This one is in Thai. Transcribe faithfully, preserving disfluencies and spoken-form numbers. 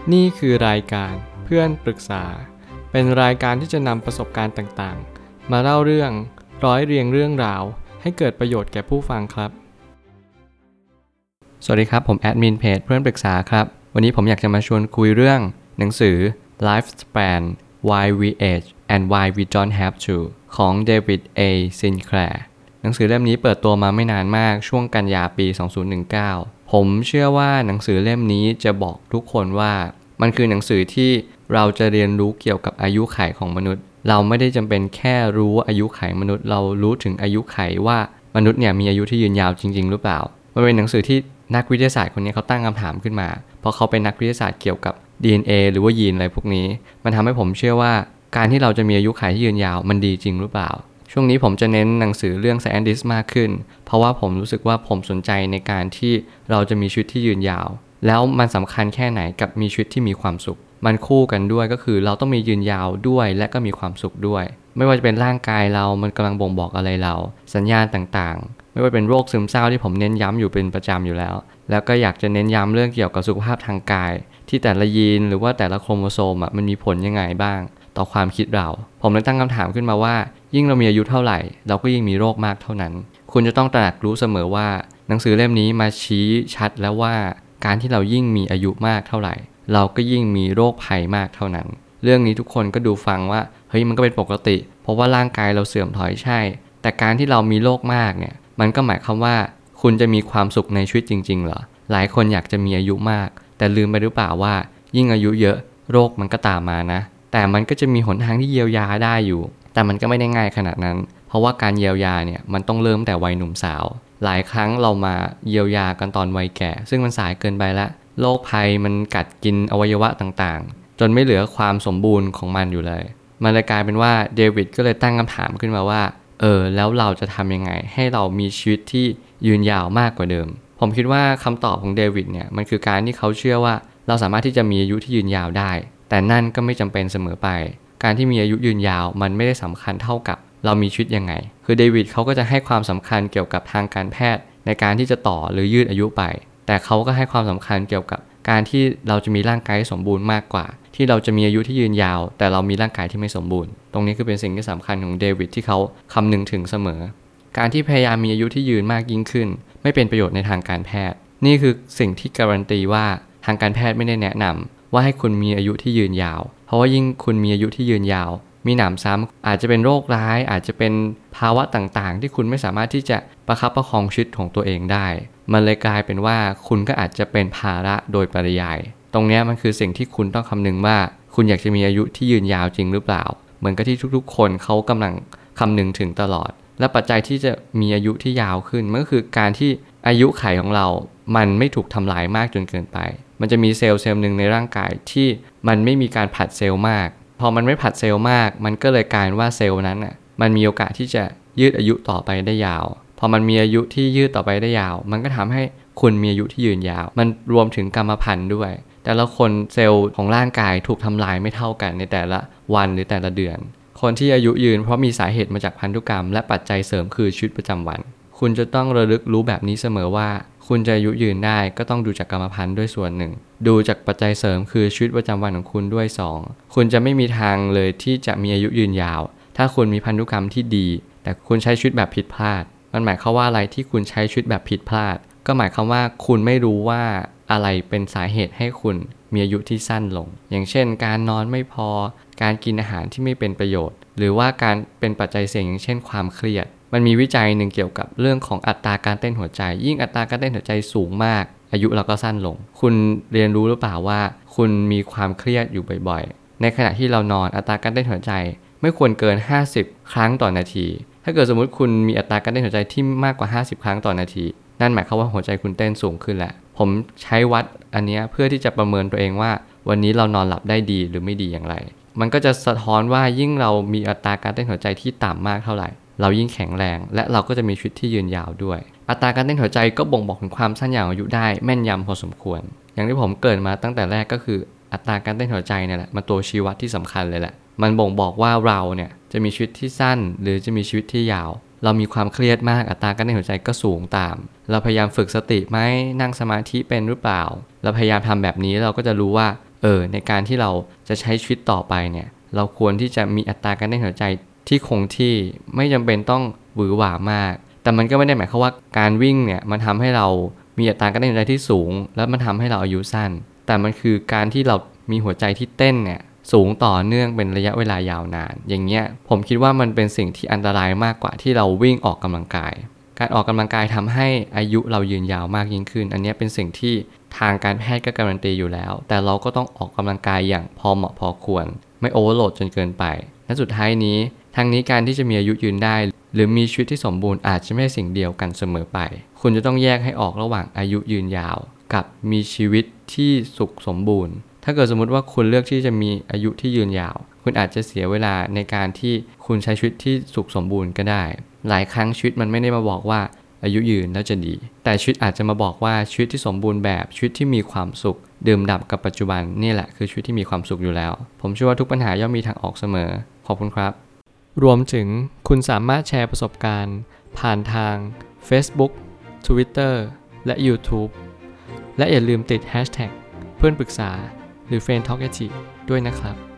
นี่คือรายการเพื่อนปรึกษาเป็นรายการที่จะนำประสบการณ์ต่างๆมาเล่าเรื่องร้อยเรียงเรื่องราวให้เกิดประโยชน์แก่ผู้ฟังครับสวัสดีครับผมแอดมินเพจเพื่อนปรึกษาครับวันนี้ผมอยากจะมาชวนคุยเรื่องหนังสือ Lifespan Why We Age and Why We Don't Have to ของ David A. Sinclair หนังสือเล่มนี้เปิดตัวมาไม่นานมากช่วงกันยาปีสองพันสิบเก้าผมเชื่อว่าหนังสือเล่มนี้จะบอกทุกคนว่ามันคือหนังสือที่เราจะเรียนรู้เกี่ยวกับอายุขัยของมนุษย์เราไม่ได้จำเป็นแค่รู้อายุขัยมนุษย์เรารู้ถึงอายุขัยว่ามนุษย์เนี่ยมีอายุที่ยืนยาวจริงๆหรือเปล่ามันเป็นหนังสือที่นักวิทยาศาสตร์คนนี้เขาตั้งคำถามขึ้นมาเพราะเขาเป็นนักวิทยาศาสตร์เกี่ยวกับ ดี เอ็น เอ หรือว่ายีนอะไรพวกนี้มันทำให้ผมเชื่อว่าการที่เราจะมีอายุขัยที่ยืนยาวมันดีจริงหรือเปล่าช่วงนี้ผมจะเน้นหนังสือเรื่อง Scientist มากขึ้นเพราะว่าผมรู้สึกว่าผมสนใจในการที่เราจะมีชีวิตที่ยืนยาวแล้วมันสำคัญแค่ไหนกับมีชีวิตที่มีความสุขมันคู่กันด้วยก็คือเราต้องมียืนยาวด้วยและก็มีความสุขด้วยไม่ว่าจะเป็นร่างกายเรามันกำลังบ่งบอกอะไรเราสัญญาณต่างๆไม่ว่าเป็นโรคซึมเศร้าที่ผมเน้นย้ำอยู่เป็นประจำอยู่แล้วแล้วก็อยากจะเน้นย้ำเรื่องเกี่ยวกับสุขภาพทางกายที่แต่ละยีนหรือว่าแต่ละโครโมโซมอ่ะมันมีผลยังไงบ้างต่อความคิดเราผมเลยตั้งคำถามขึ้นมาว่ายิ่งเรามีอายุเท่าไหร่เราก็ยิ่งมีโรคมากเท่านั้นคุณจะต้องตระหนักรู้เสมอว่าหนังสือเล่มนี้มาชี้ชัดแล้วว่าการที่เรายิ่งมีอายุมากเท่าไหร่เราก็ยิ่งมีโรคภัยมากเท่านั้นเรื่องนี้ทุกคนก็ดูฟังว่าเฮ้ยมันก็เป็นปกติเพราะว่าร่างกายเราเสื่อมถอยใช่แต่การที่เรามีโรคมากเนี่ยมันก็หมายความว่าคุณจะมีความสุขในชีวิตจริงๆเหรอหลายคนอยากจะมีอายุมากแต่ลืมไปหรือเปล่าว่ายิ่งอายุเยอะโรคมันก็ตามมานะแต่มันก็จะมีหนทางที่เยียวยาได้อยู่แต่มันก็ไม่ได้ง่ายขนาดนั้นเพราะว่าการเยียวยาเนี่ยมันต้องเริ่มแต่วัยหนุ่มสาวหลายครั้งเรามาเยียวยากันตอนวัยแก่ซึ่งมันสายเกินไปแล้วโรคภัยมันกัดกินอวัยวะต่างๆจนไม่เหลือความสมบูรณ์ของมันอยู่เลยมันเลยกลายเป็นว่าเดวิดก็เลยตั้งคำถามขึ้นมาว่าเออแล้วเราจะทำยังไงให้เรามีชีวิตที่ยืนยาวมากกว่าเดิมผมคิดว่าคำตอบของเดวิดเนี่ยมันคือการที่เขาเชื่อว่าเราสามารถที่จะมีอายุที่ยืนยาวได้แต่นั่นก็ไม่จำเป็นเสมอไปการที่มีอายุยืนยาวมันไม่ได้สำคัญเท่ากับเรามีชีวิตยังไงคือเดวิดเขาก็จะให้ความสำคัญเกี่ยวกับทางการแพทย์ในการที่จะต่อหรือยืดอายุไปแต่เขาก็ให้ความสำคัญเกี่ยวกับการที่เราจะมีร่างกายสมบูรณ์มากกว่าที่เราจะมีอายุที่ยืนยาวแต่เรามีร่างกายที่ไม่สมบูรณ์ตรงนี้คือเป็นสิ่งที่สำคัญของเดวิดที่เขาคำนึงถึงเสมอการที่พยายามมีอายุที่ยืนมากยิ่งขึ้นไม่เป็นประโยชน์ในทางการแพทย์นี่คือสิ่งที่การันตีว่าทางการแพทย์ไม่ได้แนะนำว่าให้คุณมีอายุที่ยืนยาวเพราะว่ายิ่งคุณมีอายุที่ยืนยาวมีหนำซ้ำอาจจะเป็นโรคร้ายอาจจะเป็นภาวะต่างๆที่คุณไม่สามารถที่จะประคับประคองชีวิตของตัวเองได้มันเลยกลายเป็นว่าคุณก็อาจจะเป็นภาระโดยปริยายตรงนี้มันคือสิ่งที่คุณต้องคำนึงว่าคุณอยากจะมีอายุที่ยืนยาวจริงหรือเปล่าเหมือนกับที่ทุกๆคนเขากำลังคำนึงถึงตลอดและปัจจัยที่จะมีอายุที่ยาวขึ้นมันก็คือการที่อายุขัยของเรามันไม่ถูกทำลายมากจนเกินไปมันจะมีเซลล์เซลล์หนึ่งในร่างกายที่มันไม่มีการผลัดเซลล์มากพอมันไม่ผลัดเซลล์มากมันก็เลยกลายว่าเซลล์นั้นน่ะมันมีโอกาสที่จะยืดอายุต่อไปได้ยาวพอมันมีอายุที่ยืดต่อไปได้ยาวมันก็ทำให้คุณมีอายุที่ยืนยาวมันรวมถึงกรรมพันธุ์ด้วยแต่ละคนเซลล์ของร่างกายถูกทำลายไม่เท่ากันในแต่ละวันหรือแต่ละเดือนคนที่อายุยืนเพราะมีสาเหตุมาจากพันธุกรรมและปัจจัยเสริมคือชีวิตประจำวันคุณจะต้องระลึกรู้แบบนี้เสมอว่าคุณจะอายุยืนได้ก็ต้องดูจากกรรมพันธุ์ด้วยส่วนหนึ่งดูจากปัจจัยเสริมคือชีวิตประจำวันของคุณด้วยสองคุณจะไม่มีทางเลยที่จะมีอายุยืนยาวถ้าคุณมีพันธุกรรมที่ดีแต่คุณใช้ชีวิตแบบผิดพลาดมันหมายความว่าอะไรที่คุณใช้ชีวิตแบบผิดพลาดก็หมายความว่าคุณไม่รู้ว่าอะไรเป็นสาเหตุให้คุณมีอายุที่สั้นลงอย่างเช่นการนอนไม่พอการกินอาหารที่ไม่เป็นประโยชน์หรือว่าการเป็นปัจจัยเสี่ยงอย่างเช่นความเครียดมันมีวิจัยหนึ่งเกี่ยวกับเรื่องของอัตราการเต้นหัวใจยิ่งอัตราการเต้นหัวใจสูงมากอายุเราก็สั้นลงคุณเรียนรู้หรือเปล่าว่าคุณมีความเครียดอยู่บ่อยๆในขณะที่เรานอนอัตราการเต้นหัวใจไม่ควรเกินห้าสิบครั้งต่อนาทีถ้าเกิดสมมุติคุณมีอัตราการเต้นหัวใจที่มากกว่าห้าสิบครั้งต่อนาทีนั่นหมายความว่าหัวใจคุณเต้นสูงขึ้นแล้วผมใช้วัดอันนี้เพื่อที่จะประเมินตัวเองว่าวันนี้เรานอนหลับได้ดีหรือไม่ดีอย่างไรมันก็จะสะท้อนว่ายิ่งเรามีอัตราการเต้นหัวใจที่ต่ำมากเท่าไหร่เรายิ่งแข็งแรงและเราก็จะมีชีวิตที่ยืนยาวด้วยอัตราการเต้นหัวใจก็บ่งบอกถึงความสั้นยาวอายุได้แม่นยำพอสมควรอย่างที่ผมเกริ่นมาตั้งแต่แรกก็คืออัตราการเต้นหัวใจเนี่ยแหละมันตัวชี้วัดที่สำคัญเลยแหละมันบ่งบอกว่าเราเนี่ยจะมีชีวิตที่สั้นหรือจะมีชีวิตที่ยาว เรามีความเครียดมากอัตราการเต้นหัวใจก็สูงตามเราพยายามฝึกสติไหมนั่งสมาธิเป็นหรือเปล่าเราพยายามทำแบบนี้เราก็จะรู้ว่าเออในการที่เราจะใช้ชีวิตต่อไปเนี่ยเราควรที่จะมีอัตราการเต้นหัวใจที่คงที่ไม่จำเป็นต้องหวือหวามากแต่มันก็ไม่ได้หมายความว่าการวิ่งเนี่ยมันทำให้เรามีอัตราการเต้นหัวใจที่สูงแล้วมันทำให้เราอายุสั้นแต่มันคือการที่เรามีหัวใจที่เต้นเนี่ยสูงต่อเนื่องเป็นระยะเวลายาวนานอย่างเงี้ยผมคิดว่ามันเป็นสิ่งที่อันตรายมากกว่าที่เราวิ่งออกกำลังกายการออกกำลังกายทำให้อายุเรายืนยาวมากยิ่งขึ้นอันนี้เป็นสิ่งที่ทางการแพทย์ก็การันตีอยู่แล้วแต่เราก็ต้องออกกำลังกายอย่างพอเหมาะพอควรไม่โอเวอร์โหลดจนเกินไปและสุดท้ายนี้ทางนี้การที่จะมีอายุยืนได้หรือมีชีวิตที่สมบูรณ์อาจจะไม่ใช่สิ่งเดียวกันเสมอไปคุณจะต้องแยกให้ออกระหว่างอายุยืนยาวกับมีชีวิตที่สุขสมบูรณ์ถ้าเกิดสมมติว่าคุณเลือกที่จะมีอายุที่ยืนยาวคุณอาจจะเสียเวลาในการที่คุณใช้ชีวิตที่สุขสมบูรณ์ก็ได้หลายครั้งชีวิตมันไม่ได้มาบอกว่าอายุยืนแล้วจะดีแต่ชีวิตอาจจะมาบอกว่าชีวิตที่สมบูรณ์แบบชีวิตที่มีความสุขดื่มด่ำกับปัจจุบันนี่แหละคือชีวิตที่มีความสุขอยู่แล้วผมเชื่อว่าทุกปัญหาย่อมมีทางออกเสมอขอบคุณครับรวมถึงคุณสามารถแชร์ประสบการณ์ผ่านทาง Facebook Twitter และ YouTube และอย่าลืมติด แฮชแท็ก เพื่อนปรึกษาหรือ เฟรนด์ ทอล์ก ด้วยนะครับ